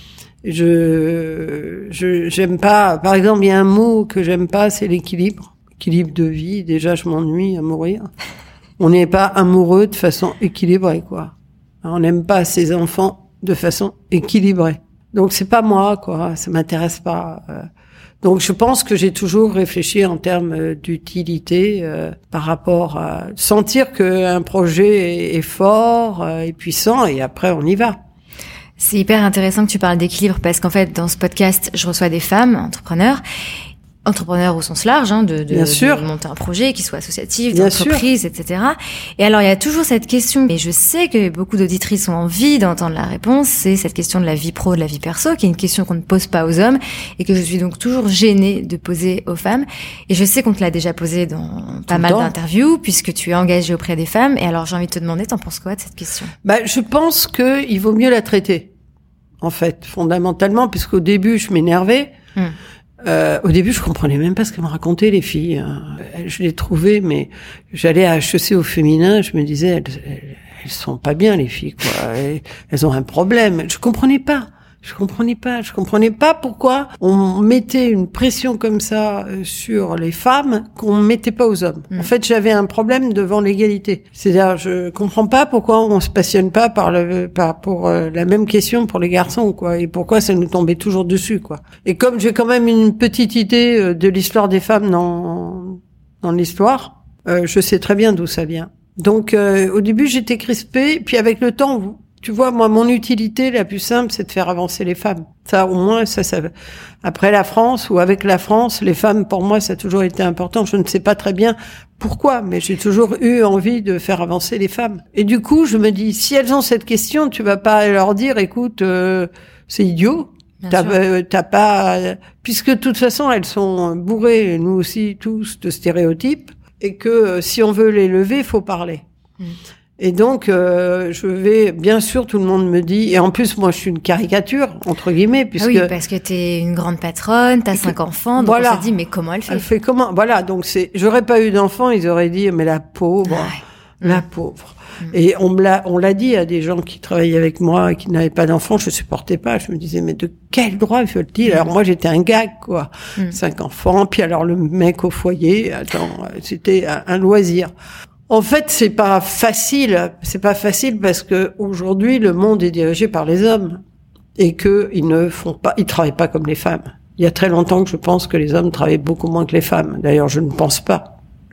Je, je, j'aime pas. Par exemple, il y a un mot que j'aime pas, c'est l'équilibre. Équilibre de vie. Déjà, je m'ennuie à mourir. On n'est pas amoureux de façon équilibrée, quoi. On n'aime pas ses enfants de façon équilibrée. Donc c'est pas moi, quoi. Ça m'intéresse pas. Donc je pense que j'ai toujours réfléchi en termes d'utilité euh, par rapport à sentir qu'un projet est, est fort euh, et puissant, et après on y va. C'est hyper intéressant que tu parles d'équilibre parce qu'en fait, dans ce podcast, je reçois des femmes entrepreneurs, entrepreneurs au sens large, hein, de, de, de monter un projet qui soit associatif, d'entreprise, et cetera. Et alors, il y a toujours cette question, et je sais que beaucoup d'auditrices ont envie d'entendre la réponse, c'est cette question de la vie pro, de la vie perso, qui est une question qu'on ne pose pas aux hommes, et que je suis donc toujours gênée de poser aux femmes. Et je sais qu'on te l'a déjà posé dans pas mal d'interviews, puisque tu es engagée auprès des femmes. Et alors, j'ai envie de te demander, t'en penses quoi de cette question? Bah, je pense que il vaut mieux la traiter, en fait, fondamentalement, puisqu'au début, je m'énervais. Hum. Euh, au début, je comprenais même pas ce qu'elles me racontaient, les filles. Je les trouvais, mais j'allais à H E C au féminin, je me disais, elles, elles, elles sont pas bien, les filles, quoi. Elles, elles ont un problème. Je comprenais pas. Je comprenais pas. Je comprenais pas pourquoi on mettait une pression comme ça sur les femmes qu'on mettait pas aux hommes. Mmh. En fait, j'avais un problème devant l'égalité. C'est-à-dire, je comprends pas pourquoi on se passionne pas par le, par, pour euh, la même question pour les garçons, quoi. Et pourquoi ça nous tombait toujours dessus, quoi. Et comme j'ai quand même une petite idée de l'histoire des femmes dans, dans l'histoire, euh, je sais très bien d'où ça vient. Donc, euh, au début, j'étais crispée. Puis avec le temps, tu vois, moi, mon utilité la plus simple, c'est de faire avancer les femmes. Ça, au moins, ça, ça. Après la France ou avec la France, les femmes, pour moi, ça a toujours été important. Je ne sais pas très bien pourquoi, mais j'ai toujours eu envie de faire avancer les femmes. Et du coup, je me dis, si elles ont cette question, tu vas pas leur dire, écoute, euh, c'est idiot. T'as, euh, t'as pas, puisque de toute façon, elles sont bourrées, nous aussi tous, de stéréotypes, et que euh, si on veut les lever, il faut parler. Mmh. Et donc, euh, je vais, bien sûr, tout le monde me dit, et en plus, moi, je suis une caricature, entre guillemets, puisque... Ah oui, parce que t'es une grande patronne, t'as cinq enfants, donc voilà. On se dit, mais comment elle fait? Elle fait comment? Voilà, donc c'est, j'aurais pas eu d'enfants, ils auraient dit, mais la pauvre, ouais. la mmh. pauvre. Mmh. Et on me l'a, on l'a dit à des gens qui travaillaient avec moi et qui n'avaient pas d'enfants, je supportais pas, je me disais, mais de quel droit veulent-ils? Alors moi, j'étais un gag, quoi. Mmh. Cinq enfants, puis alors le mec au foyer, attends, c'était un, un loisir. En fait, c'est pas facile. C'est pas facile parce que aujourd'hui, le monde est dirigé par les hommes et que ils ne font pas, ils travaillent pas comme les femmes. Il y a très longtemps que je pense que les hommes travaillent beaucoup moins que les femmes. D'ailleurs, je ne pense pas.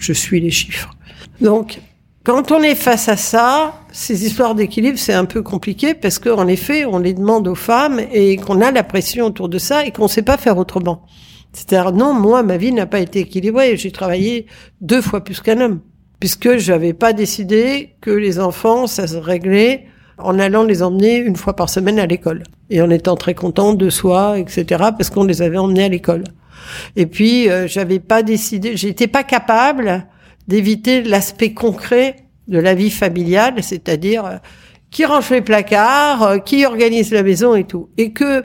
je suis les chiffres. Donc, quand on est face à ça, ces histoires d'équilibre, c'est un peu compliqué parce qu'en effet, on les demande aux femmes et qu'on a la pression autour de ça et qu'on ne sait pas faire autrement. C'est-à-dire, non, moi, ma vie n'a pas été équilibrée. J'ai travaillé deux fois plus qu'un homme puisque j'avais pas décidé que les enfants, ça se réglait en allant les emmener une fois par semaine à l'école et en étant très content de soi, et cetera, parce qu'on les avait emmenés à l'école. Et puis, euh, j'avais pas décidé, j'étais pas capable d'éviter l'aspect concret de la vie familiale, c'est-à-dire euh, qui range les placards, euh, qui organise la maison et tout. Et que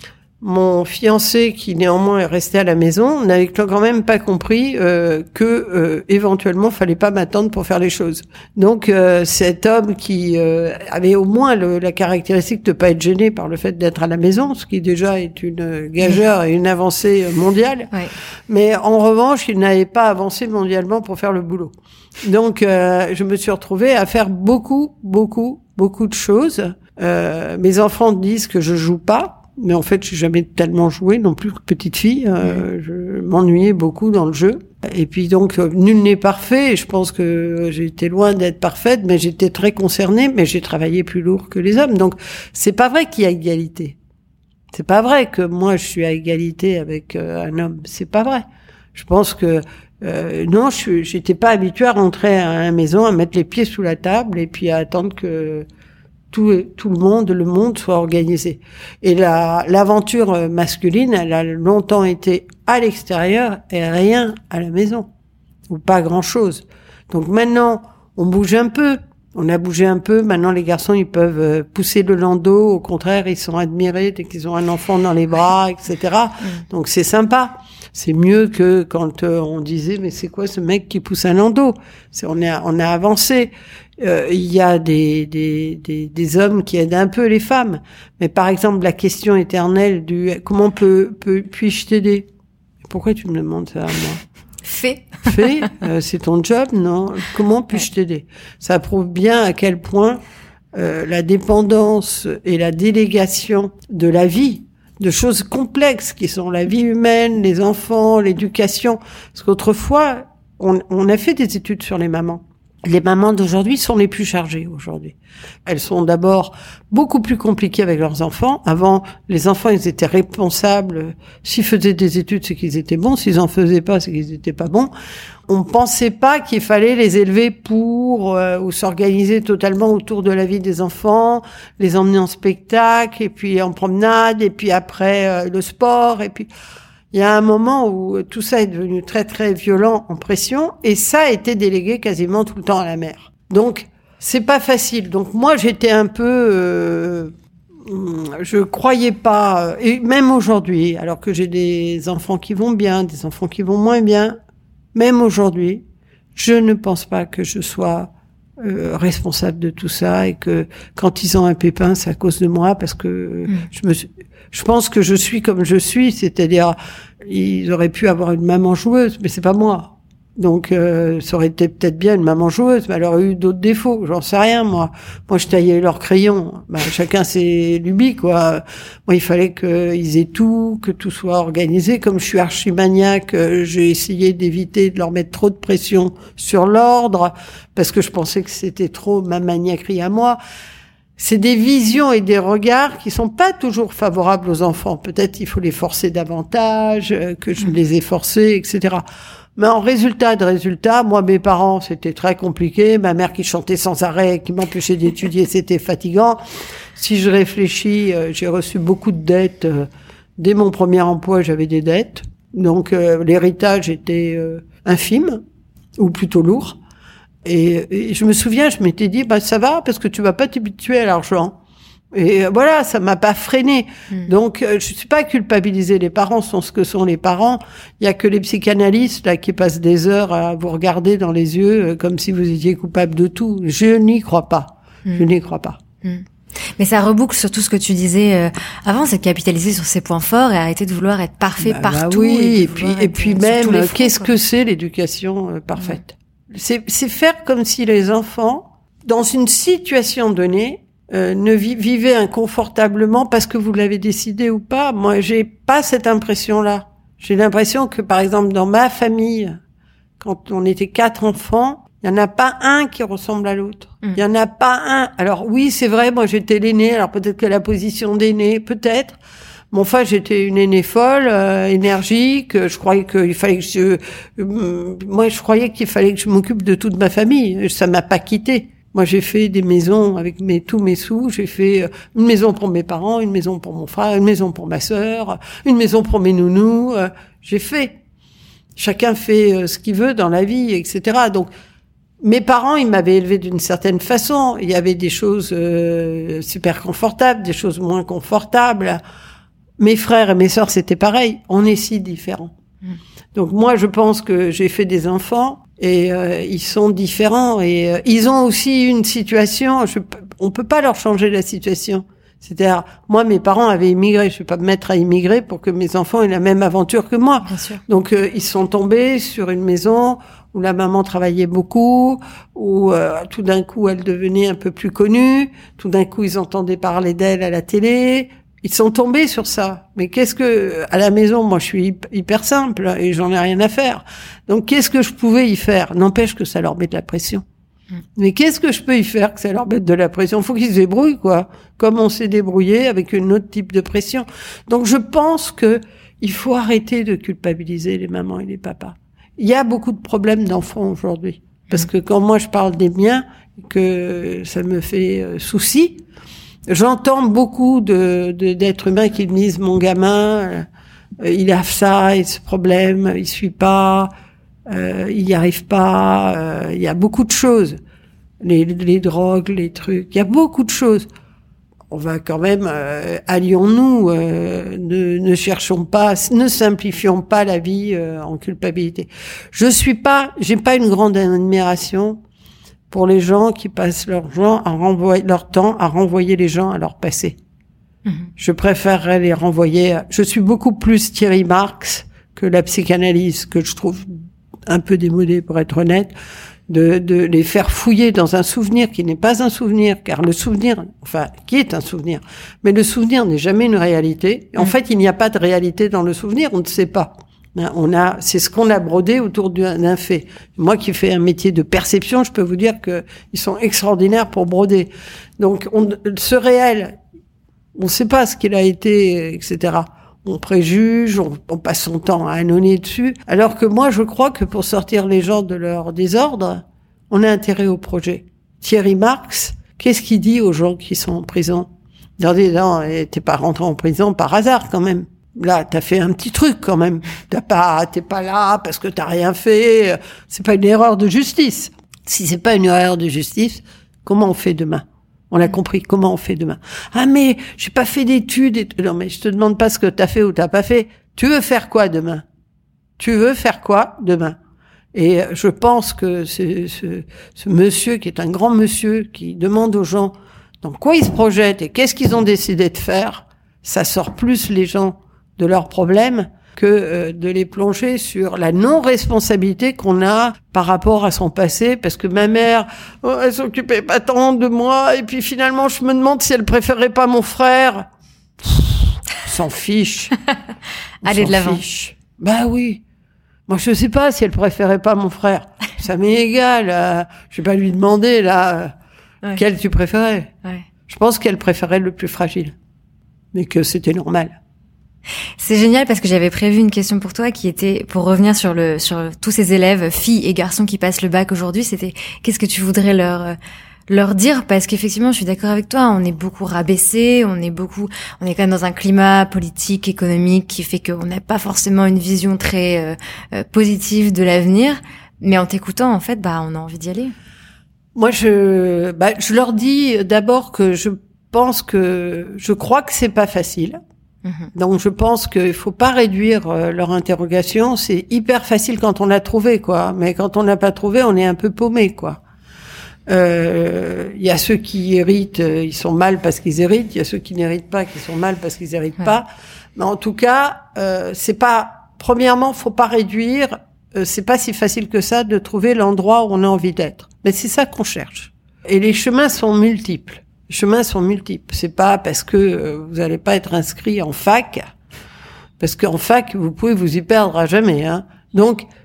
mon fiancé, qui néanmoins est resté à la maison, n'avait quand même pas compris euh, que euh, éventuellement fallait pas m'attendre pour faire les choses. Donc euh, cet homme qui euh, avait au moins le, la caractéristique de pas être gêné par le fait d'être à la maison, ce qui déjà est une gageure et une avancée mondiale. Ouais. Mais en revanche, il n'avait pas avancé mondialement pour faire le boulot. Donc euh, je me suis retrouvée à faire beaucoup, beaucoup, beaucoup de choses. Euh, mes enfants disent que je joue pas. Mais en fait, j'ai jamais tellement joué non plus que petite fille. Euh, mmh. Je m'ennuyais beaucoup dans le jeu. Et puis donc, euh, nul n'est parfait. Et je pense que j'étais loin d'être parfaite, mais j'étais très concernée. Mais j'ai travaillé plus lourd que les hommes. Donc, c'est pas vrai qu'il y a égalité. C'est pas vrai que moi je suis à égalité avec euh, un homme. C'est pas vrai. Je pense que euh, non, je j'étais pas habituée à rentrer à la maison, à mettre les pieds sous la table et puis à attendre que Tout, tout le monde, le monde soit organisé. Et la, l'aventure masculine, elle a longtemps été à l'extérieur et rien à la maison. Ou pas grand chose. Donc maintenant, on bouge un peu. On a bougé un peu. Maintenant, les garçons, ils peuvent pousser le landau. Au contraire, ils sont admirés dès qu'ils ont un enfant dans les bras, et cetera. Donc c'est sympa. C'est mieux que quand euh, on disait, mais c'est quoi ce mec qui pousse un landau? C'est, on a, on a avancé. Euh, il y a des, des, des, des hommes qui aident un peu les femmes. Mais par exemple, la question éternelle du comment peut, peut, puis-je t'aider? Pourquoi tu me demandes ça à moi? Fais. Fais, euh, c'est ton job, non? Comment puis-je t'aider? Ça prouve bien à quel point euh, la dépendance et la délégation de la vie, de choses complexes qui sont la vie humaine, les enfants, l'éducation. Parce qu'autrefois, on, on a fait des études sur les mamans. Les mamans d'aujourd'hui sont les plus chargées aujourd'hui. Elles sont d'abord beaucoup plus compliquées avec leurs enfants. Avant, les enfants, ils étaient responsables. S'ils faisaient des études, c'est qu'ils étaient bons. S'ils en faisaient pas, c'est qu'ils étaient pas bons. On pensait pas qu'il fallait les élever pour euh, ou s'organiser totalement autour de la vie des enfants, les emmener en spectacle et puis en promenade et puis après euh, le sport et puis il y a un moment où tout ça est devenu très très violent en pression et ça a été délégué quasiment tout le temps à la mère. Donc c'est pas facile. Donc moi j'étais un peu euh, je croyais pas et même aujourd'hui alors que j'ai des enfants qui vont bien, des enfants qui vont moins bien. Même aujourd'hui, je ne pense pas que je sois euh, responsable de tout ça et que quand ils ont un pépin, c'est à cause de moi parce que mmh. je me suis, je pense que je suis comme je suis, c'est-à-dire ils auraient pu avoir une maman joueuse, mais c'est pas moi. Donc euh, ça aurait été peut-être bien une maman joueuse, mais elle aurait eu d'autres défauts, j'en sais rien moi. Moi je taillais leurs crayons, ben, chacun ses lubies quoi. Moi il fallait qu'ils aient tout, que tout soit organisé. Comme je suis archimaniaque, euh, j'ai essayé d'éviter de leur mettre trop de pression sur l'ordre parce que je pensais que c'était trop ma maniaquerie à moi. C'est des visions et des regards qui sont pas toujours favorables aux enfants. Peut-être il faut les forcer davantage, euh, que je les ai forcés, et cetera. Mais en résultat de résultat, moi, mes parents, c'était très compliqué. Ma mère qui chantait sans arrêt, qui m'empêchait d'étudier, c'était fatigant. Si je réfléchis, euh, j'ai reçu beaucoup de dettes. Euh, dès mon premier emploi, j'avais des dettes. Donc, euh, l'héritage était euh, infime, ou plutôt lourd. Et, et je me souviens, je m'étais dit, bah ça va, parce que tu vas pas t'habituer à l'argent. Et voilà, ça m'a pas freiné. Mmh. Donc, euh, je suis pas culpabilisée. Les parents sont ce que sont les parents. Il y a que les psychanalystes là qui passent des heures à vous regarder dans les yeux euh, comme si vous étiez coupable de tout. Je n'y crois pas. Mmh. Je n'y crois pas. Mmh. Mais ça reboucle sur tout ce que tu disais euh, avant, c'est de capitaliser sur ses points forts et arrêter de vouloir être parfait bah, partout. Bah oui, et, et puis et puis même, fronts, qu'est-ce quoi. que c'est l'éducation euh, parfaite ? Mmh. C'est c'est faire comme si les enfants, dans une situation donnée, Euh, ne vi- vivez inconfortablement parce que vous l'avez décidé ou pas. Moi, j'ai pas cette impression-là. J'ai l'impression que, par exemple, dans ma famille, quand on était quatre enfants, il y en a pas un qui ressemble à l'autre. Il mmh. y en a pas un. Alors oui, c'est vrai, moi j'étais l'aînée, alors peut-être que la position d'aînée, peut-être. Mais enfin, j'étais une aînée folle, euh, énergique. Je croyais qu'il fallait que je, euh, moi, je croyais qu'il fallait que je m'occupe de toute ma famille. Ça m'a pas quittée. Moi, j'ai fait des maisons avec mes tous mes sous. J'ai fait une maison pour mes parents, une maison pour mon frère, une maison pour ma sœur, une maison pour mes nounous. Euh, j'ai fait. Chacun fait euh, ce qu'il veut dans la vie, et cetera. Donc, mes parents, ils m'avaient élevé d'une certaine façon. Il y avait des choses euh, super confortables, des choses moins confortables. Mes frères et mes sœurs, c'était pareil. On est si différents. Mmh. Donc moi, je pense que j'ai fait des enfants et euh, ils sont différents et euh, ils ont aussi une situation. Je, on peut pas leur changer la situation. C'est-à-dire, moi, mes parents avaient immigré. Je vais pas me mettre à immigrer pour que mes enfants aient la même aventure que moi. Bien sûr. Donc euh, ils sont tombés sur une maison où la maman travaillait beaucoup, où euh, tout d'un coup elle devenait un peu plus connue. Tout d'un coup, ils entendaient parler d'elle à la télé. Ils sont tombés sur ça. Mais qu'est-ce que, à la maison, moi, je suis hyper simple et j'en ai rien à faire. Donc, qu'est-ce que je pouvais y faire? N'empêche que ça leur met de la pression. Mmh. Mais qu'est-ce que je peux y faire que ça leur mette de la pression? Faut qu'ils se débrouillent, quoi. Comme on s'est débrouillé avec une autre type de pression. Donc, je pense que il faut arrêter de culpabiliser les mamans et les papas. Il y a beaucoup de problèmes d'enfants aujourd'hui. Parce mmh. que quand moi, je parle des miens, que ça me fait euh, souci, j'entends beaucoup de, de d'êtres humains qui me disent mon gamin, euh, il a ça et ce problème, il suit pas, euh, il y arrive pas. Euh, il y a beaucoup de choses, les, les drogues, les trucs. Il y a beaucoup de choses. On va quand même euh, allions-nous, euh, ne, ne cherchons pas, ne simplifions pas la vie euh, en culpabilité. Je suis pas, j'ai pas une grande admiration pour les gens qui passent leur temps à renvoyer leur temps à renvoyer les gens à leur passé. Mmh. Je préférerais les renvoyer. À... Je suis beaucoup plus Thierry Marx que la psychanalyse, que je trouve un peu démodée pour être honnête, de, de les faire fouiller dans un souvenir qui n'est pas un souvenir, car le souvenir, enfin, qui est un souvenir, mais le souvenir n'est jamais une réalité. Mmh. En fait, il n'y a pas de réalité dans le souvenir, on ne sait pas. On a, c'est ce qu'on a brodé autour d'un fait. Moi qui fais un métier de perception, je peux vous dire que ils sont extraordinaires pour broder. Donc, on, ce réel, on ne sait pas ce qu'il a été, et cetera. On préjuge, on, on passe son temps à annoncer dessus. Alors que moi, je crois que pour sortir les gens de leur désordre, on a intérêt au projet. Thierry Marx, qu'est-ce qu'il dit aux gens qui sont en prison? Il leur dit, non, t'es pas rentré en prison par hasard quand même. Là, t'as fait un petit truc quand même. T'as pas, t'es pas là parce que t'as rien fait. C'est pas une erreur de justice. Si c'est pas une erreur de justice, comment on fait demain? On l'a compris. Comment on fait demain? Ah, mais j'ai pas fait d'études. Et... Non, mais je te demande pas ce que t'as fait ou t'as pas fait. Tu veux faire quoi demain? Tu veux faire quoi demain? Et je pense que ce, ce, ce monsieur qui est un grand monsieur qui demande aux gens dans quoi ils se projettent et qu'est-ce qu'ils ont décidé de faire, ça sort plus les gens de leurs problèmes que euh, de les plonger sur la non-responsabilité qu'on a par rapport à son passé, parce que ma mère, oh, elle s'occupait pas tant de moi, et puis finalement je me demande si elle préférait pas mon frère. Pff, on s'en fiche. On Allez s'en de l'avant. Fiche. Bah oui. Moi je sais pas si elle préférait pas mon frère. Ça m'est égal. Euh, je vais pas lui demander là euh, ouais. Quel tu préférais. Ouais. Je pense qu'elle préférait le plus fragile, mais que c'était normal. C'est génial parce que j'avais prévu une question pour toi qui était, pour revenir sur le sur tous ces élèves, filles et garçons qui passent le bac aujourd'hui, c'était qu'est-ce que tu voudrais leur leur dire, parce qu'effectivement, je suis d'accord avec toi, on est beaucoup rabaissé, on est beaucoup, on est quand même dans un climat politique, économique qui fait qu'on n'a pas forcément une vision très euh, euh, positive de l'avenir, mais en t'écoutant, en fait, bah, on a envie d'y aller. Moi, je, bah, je leur dis d'abord que je pense que, je crois que c'est pas facile. Donc je pense qu'il faut pas réduire euh, leur interrogation. C'est hyper facile quand on l'a trouvé, quoi. Mais quand on n'a pas trouvé, on est un peu paumé, quoi. Il euh, y a ceux qui héritent, euh, ils sont mal parce qu'ils héritent. Il y a ceux qui n'héritent pas, qui sont mal parce qu'ils héritent ouais. pas. Mais en tout cas, euh, c'est pas. Premièrement, faut pas réduire. Euh, c'est pas si facile que ça de trouver l'endroit où on a envie d'être. Mais c'est ça qu'on cherche. Et les chemins sont multiples. Les chemins sont multiples. C'est pas parce que euh, vous allez pas être inscrit en fac, parce qu'en fac, vous pouvez vous y perdre à jamais. Hein. Donc,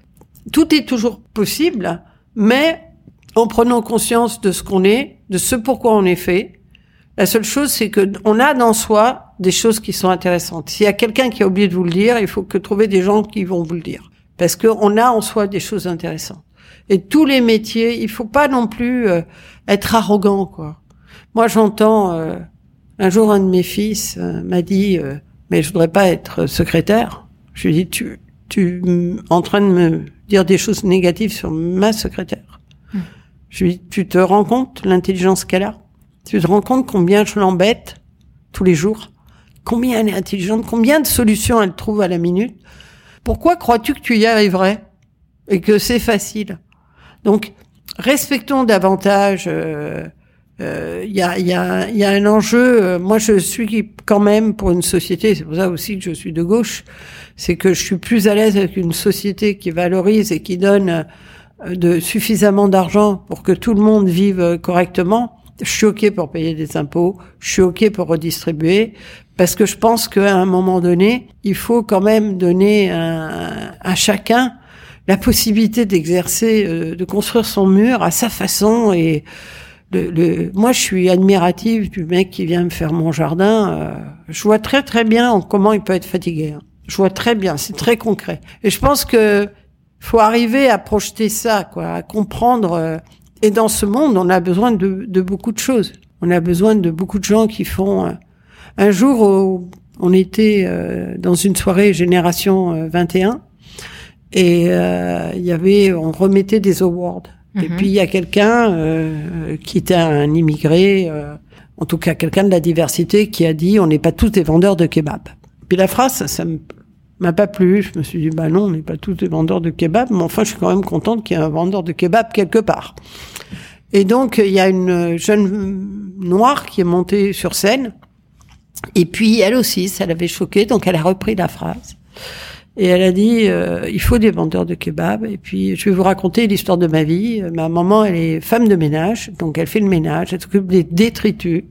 tout est toujours possible, mais en prenant conscience de ce qu'on est, de ce pourquoi on est fait. La seule chose, c'est que on a dans soi des choses qui sont intéressantes. S'il y a quelqu'un qui a oublié de vous le dire, il faut que trouver des gens qui vont vous le dire. Parce que on a en soi des choses intéressantes. Et tous les métiers, il faut pas non plus euh, être arrogant, quoi. Moi, j'entends, euh, un jour, un de mes fils euh, m'a dit, euh, mais je voudrais pas être secrétaire. Je lui ai dit, tu, tu es en train de me dire des choses négatives sur ma secrétaire. Mmh. Je lui ai dit, tu te rends compte l'intelligence qu'elle a? Tu te rends compte combien je l'embête tous les jours? Combien elle est intelligente? Combien de solutions elle trouve à la minute? Pourquoi crois-tu que tu y arriverais? Et que c'est facile? Donc, respectons davantage... Euh, Euh, il y a, il y a, il y a un enjeu. Euh, moi, je suis quand même pour une société. C'est pour ça aussi que je suis de gauche. C'est que je suis plus à l'aise avec une société qui valorise et qui donne euh, de suffisamment d'argent pour que tout le monde vive correctement. Je suis ok pour payer des impôts. Je suis ok pour redistribuer parce que je pense qu'à un moment donné, il faut quand même donner un, à chacun la possibilité d'exercer, euh, de construire son mur à sa façon et Le, le, moi, je suis admirative du mec qui vient me faire mon jardin. Euh, je vois très très bien comment il peut être fatigué. Hein. Je vois très bien, c'est très concret. Et je pense que faut arriver à projeter ça, quoi, à comprendre. Euh, et dans ce monde, on a besoin de, de beaucoup de choses. On a besoin de beaucoup de gens qui font. Euh, un jour, où on était euh, dans une soirée Génération euh, vingt et un, et euh, il y avait, on remettait des awards. Et mmh. puis il y a quelqu'un euh, qui était un immigré, euh, en tout cas quelqu'un de la diversité, qui a dit « on n'est pas tous des vendeurs de kebab ». Puis la phrase, ça, ça m'a pas plu. Je me suis dit « bah non, on n'est pas tous des vendeurs de kebab, mais enfin je suis quand même contente qu'il y ait un vendeur de kebab quelque part ». Et donc il y a une jeune noire qui est montée sur scène, et puis elle aussi, ça l'avait choquée, donc elle a repris la phrase. Et elle a dit, euh, il faut des vendeurs de kebab. Et puis, je vais vous raconter l'histoire de ma vie. Ma maman, elle est femme de ménage, donc elle fait le ménage, elle s'occupe des détritus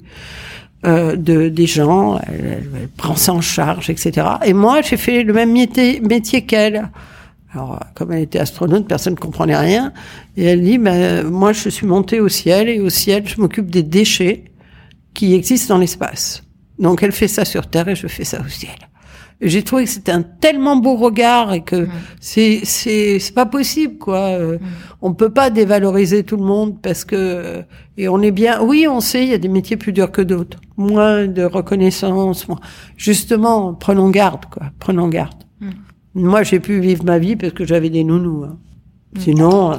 euh, de des gens, elle, elle, elle prend ça en charge, et cetera. Et moi, j'ai fait le même métier, métier qu'elle. Alors, comme elle était astronaute, personne ne comprenait rien. Et elle dit, ben, moi, je suis montée au ciel, et au ciel, je m'occupe des déchets qui existent dans l'espace. Donc, elle fait ça sur Terre, et je fais ça au ciel. J'ai trouvé que c'était un tellement beau regard et que mmh. c'est c'est c'est pas possible, quoi. Mmh. On peut pas dévaloriser tout le monde parce que et on est bien. Oui, on sait, il y a des métiers plus durs que d'autres, moins de reconnaissance. Moins. Justement, prenons garde, quoi. Prenons garde. Mmh. Moi, j'ai pu vivre ma vie parce que j'avais des nounous. Hein. Mmh. Sinon, euh,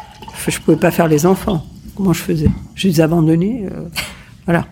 je pouvais pas faire les enfants. Comment je faisais? Je les abandonnais. Euh, voilà.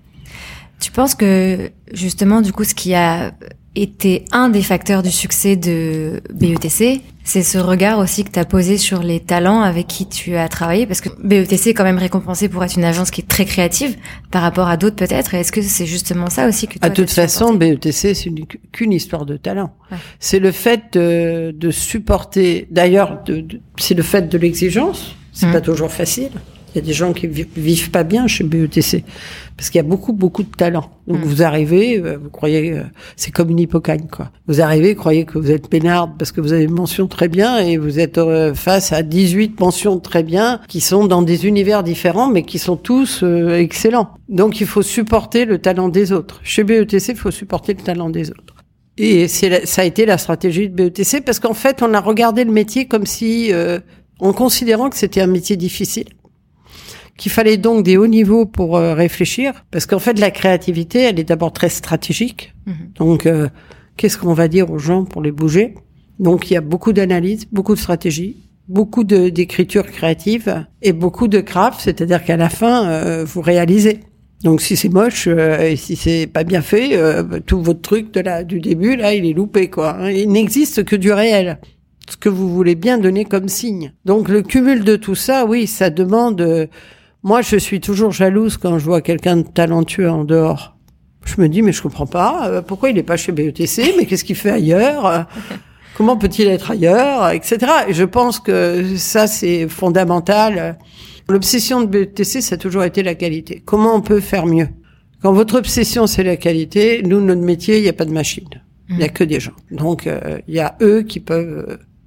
Tu penses que justement, du coup, ce qui a été un des facteurs du succès de B E T C, c'est ce regard aussi que tu as posé sur les talents avec qui tu as travaillé, parce que B E T C est quand même récompensé pour être une agence qui est très créative par rapport à d'autres peut-être. Est-ce que c'est justement ça aussi que toi, à toute façon, B E T C, c'est une, qu'une histoire de talent. Ouais. C'est le fait de, de supporter, d'ailleurs, de, de, c'est le fait de l'exigence. C'est mmh. pas toujours facile. Il y a des gens qui vivent pas bien chez B E T C parce qu'il y a beaucoup beaucoup de talent. Donc mmh. vous arrivez, vous croyez, c'est comme une hypocagne, quoi. Vous arrivez, croyez que vous êtes peinarde parce que vous avez une mention très bien et vous êtes face à dix-huit mentions très bien qui sont dans des univers différents mais qui sont tous euh, excellents. Donc il faut supporter le talent des autres. Chez B E T C, il faut supporter le talent des autres. Et c'est la, ça a été la stratégie de B E T C parce qu'en fait, on a regardé le métier comme si, euh, en considérant que c'était un métier difficile, qu'il fallait donc des hauts niveaux pour euh, réfléchir, parce qu'en fait, la créativité, elle est d'abord très stratégique. Mmh. Donc, euh, qu'est-ce qu'on va dire aux gens pour les bouger? Donc, il y a beaucoup d'analyse, beaucoup de stratégie, beaucoup de, d'écriture créative et beaucoup de craft, c'est-à-dire qu'à la fin, euh, vous réalisez. Donc, si c'est moche euh, et si c'est pas bien fait, euh, tout votre truc de la, du début, là, il est loupé, quoi. Hein. Il n'existe que du réel. Ce que vous voulez bien donner comme signe. Donc, le cumul de tout ça, oui, ça demande... Euh, moi, je suis toujours jalouse quand je vois quelqu'un de talentueux en dehors. Je me dis, mais je comprends pas, euh, pourquoi il n'est pas chez B E T C, mais qu'est-ce qu'il fait ailleurs euh, comment peut-il être ailleurs, et cetera. Et je pense que ça, c'est fondamental. L'obsession de B E T C, ça a toujours été la qualité. Comment on peut faire mieux? Quand votre obsession, c'est la qualité, nous, notre métier, il n'y a pas de machine. Il n'y a que des gens. Donc, il euh, y a eux qui peuvent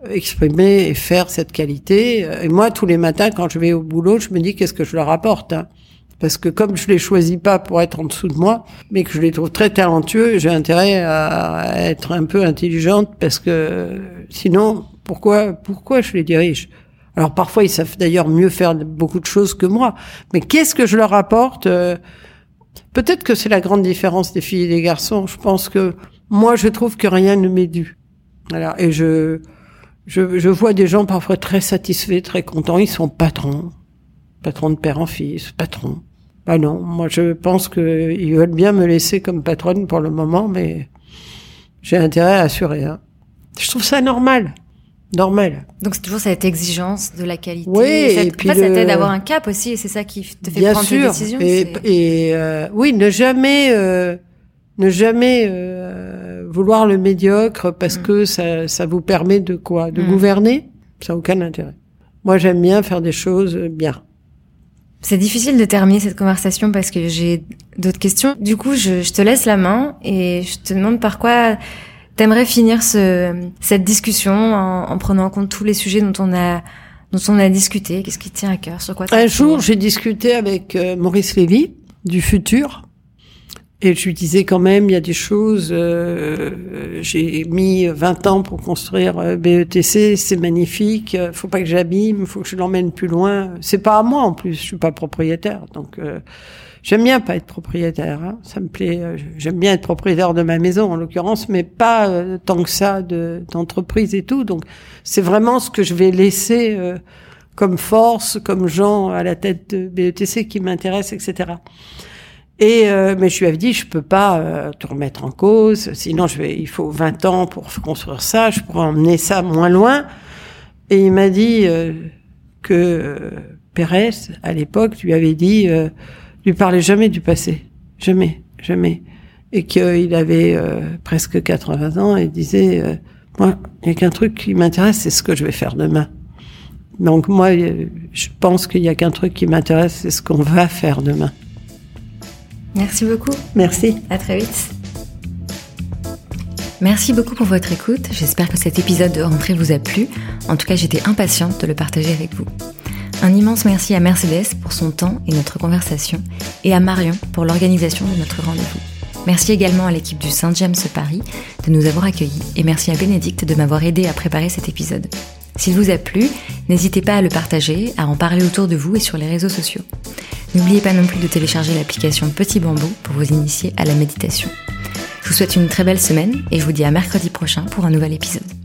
exprimer et faire cette qualité. Et moi, tous les matins, quand je vais au boulot, je me dis qu'est-ce que je leur apporte, hein. Parce que comme je les choisis pas pour être en dessous de moi, mais que je les trouve très talentueux, j'ai intérêt à être un peu intelligente parce que sinon, pourquoi, pourquoi je les dirige? Alors parfois, ils savent d'ailleurs mieux faire beaucoup de choses que moi. Mais qu'est-ce que je leur apporte? Peut-être que c'est la grande différence des filles et des garçons. Je pense que moi, je trouve que rien ne m'est dû. Voilà. Et je, je, je vois des gens parfois très satisfaits, très contents. Ils sont patrons. Patron de père en fils, patron. Bah non, moi je pense que ils veulent bien me laisser comme patronne pour le moment, mais j'ai intérêt à assurer. Hein. Je trouve ça normal, normal. Donc c'est toujours cette exigence de la qualité. Oui, et, cette... et puis en fait, le... ça t'aide à avoir un cap aussi, et c'est ça qui te fait bien prendre sûr. tes décisions. Et, et euh, oui, ne jamais, euh, ne jamais euh, vouloir le médiocre parce mmh. que ça, ça vous permet de quoi, de mmh. gouverner. Ça n'a aucun intérêt. Moi, j'aime bien faire des choses bien. C'est difficile de terminer cette conversation parce que j'ai d'autres questions. Du coup, je, je te laisse la main et je te demande par quoi t'aimerais finir ce, cette discussion en, en prenant en compte tous les sujets dont on a, dont on a discuté. Qu'est-ce qui te tient à cœur? Sur quoi Un jour, j'ai discuté avec euh, Maurice Lévy du futur. Et je lui disais quand même, il y a des choses, euh, j'ai mis vingt ans pour construire B E T C, c'est magnifique, faut pas que j'abîme, faut que je l'emmène plus loin. C'est pas à moi en plus, je suis pas propriétaire, donc euh, j'aime bien pas être propriétaire, hein, ça me plaît, euh, j'aime bien être propriétaire de ma maison en l'occurrence, mais pas euh, tant que ça de, d'entreprise et tout, donc c'est vraiment ce que je vais laisser euh, comme force, comme gens à la tête de B E T C qui m'intéressent, et cetera. Et euh, mais je lui avais dit, je peux pas euh, te remettre en cause, sinon je vais, il faut vingt ans pour construire ça, je pourrais emmener ça moins loin. Et il m'a dit euh, que euh, Pérez, à l'époque, lui avait dit, euh, lui parlait jamais du passé, jamais, jamais, et qu'il avait euh, presque quatre-vingts ans et disait, euh, moi, il y a qu'un truc qui m'intéresse, c'est ce que je vais faire demain. Donc moi, je pense qu'il y a qu'un truc qui m'intéresse, c'est ce qu'on va faire demain. Merci beaucoup. Merci. À très vite. Merci beaucoup pour votre écoute. J'espère que cet épisode de rentrée vous a plu. En tout cas, j'étais impatiente de le partager avec vous. Un immense merci à Mercedes pour son temps et notre conversation, et à Marion pour l'organisation de notre rendez-vous. Merci également à l'équipe du Saint-James Paris de nous avoir accueillis, et merci à Bénédicte de m'avoir aidé à préparer cet épisode. S'il vous a plu, n'hésitez pas à le partager, à en parler autour de vous et sur les réseaux sociaux. N'oubliez pas non plus de télécharger l'application Petit Bambou pour vous initier à la méditation. Je vous souhaite une très belle semaine et je vous dis à mercredi prochain pour un nouvel épisode.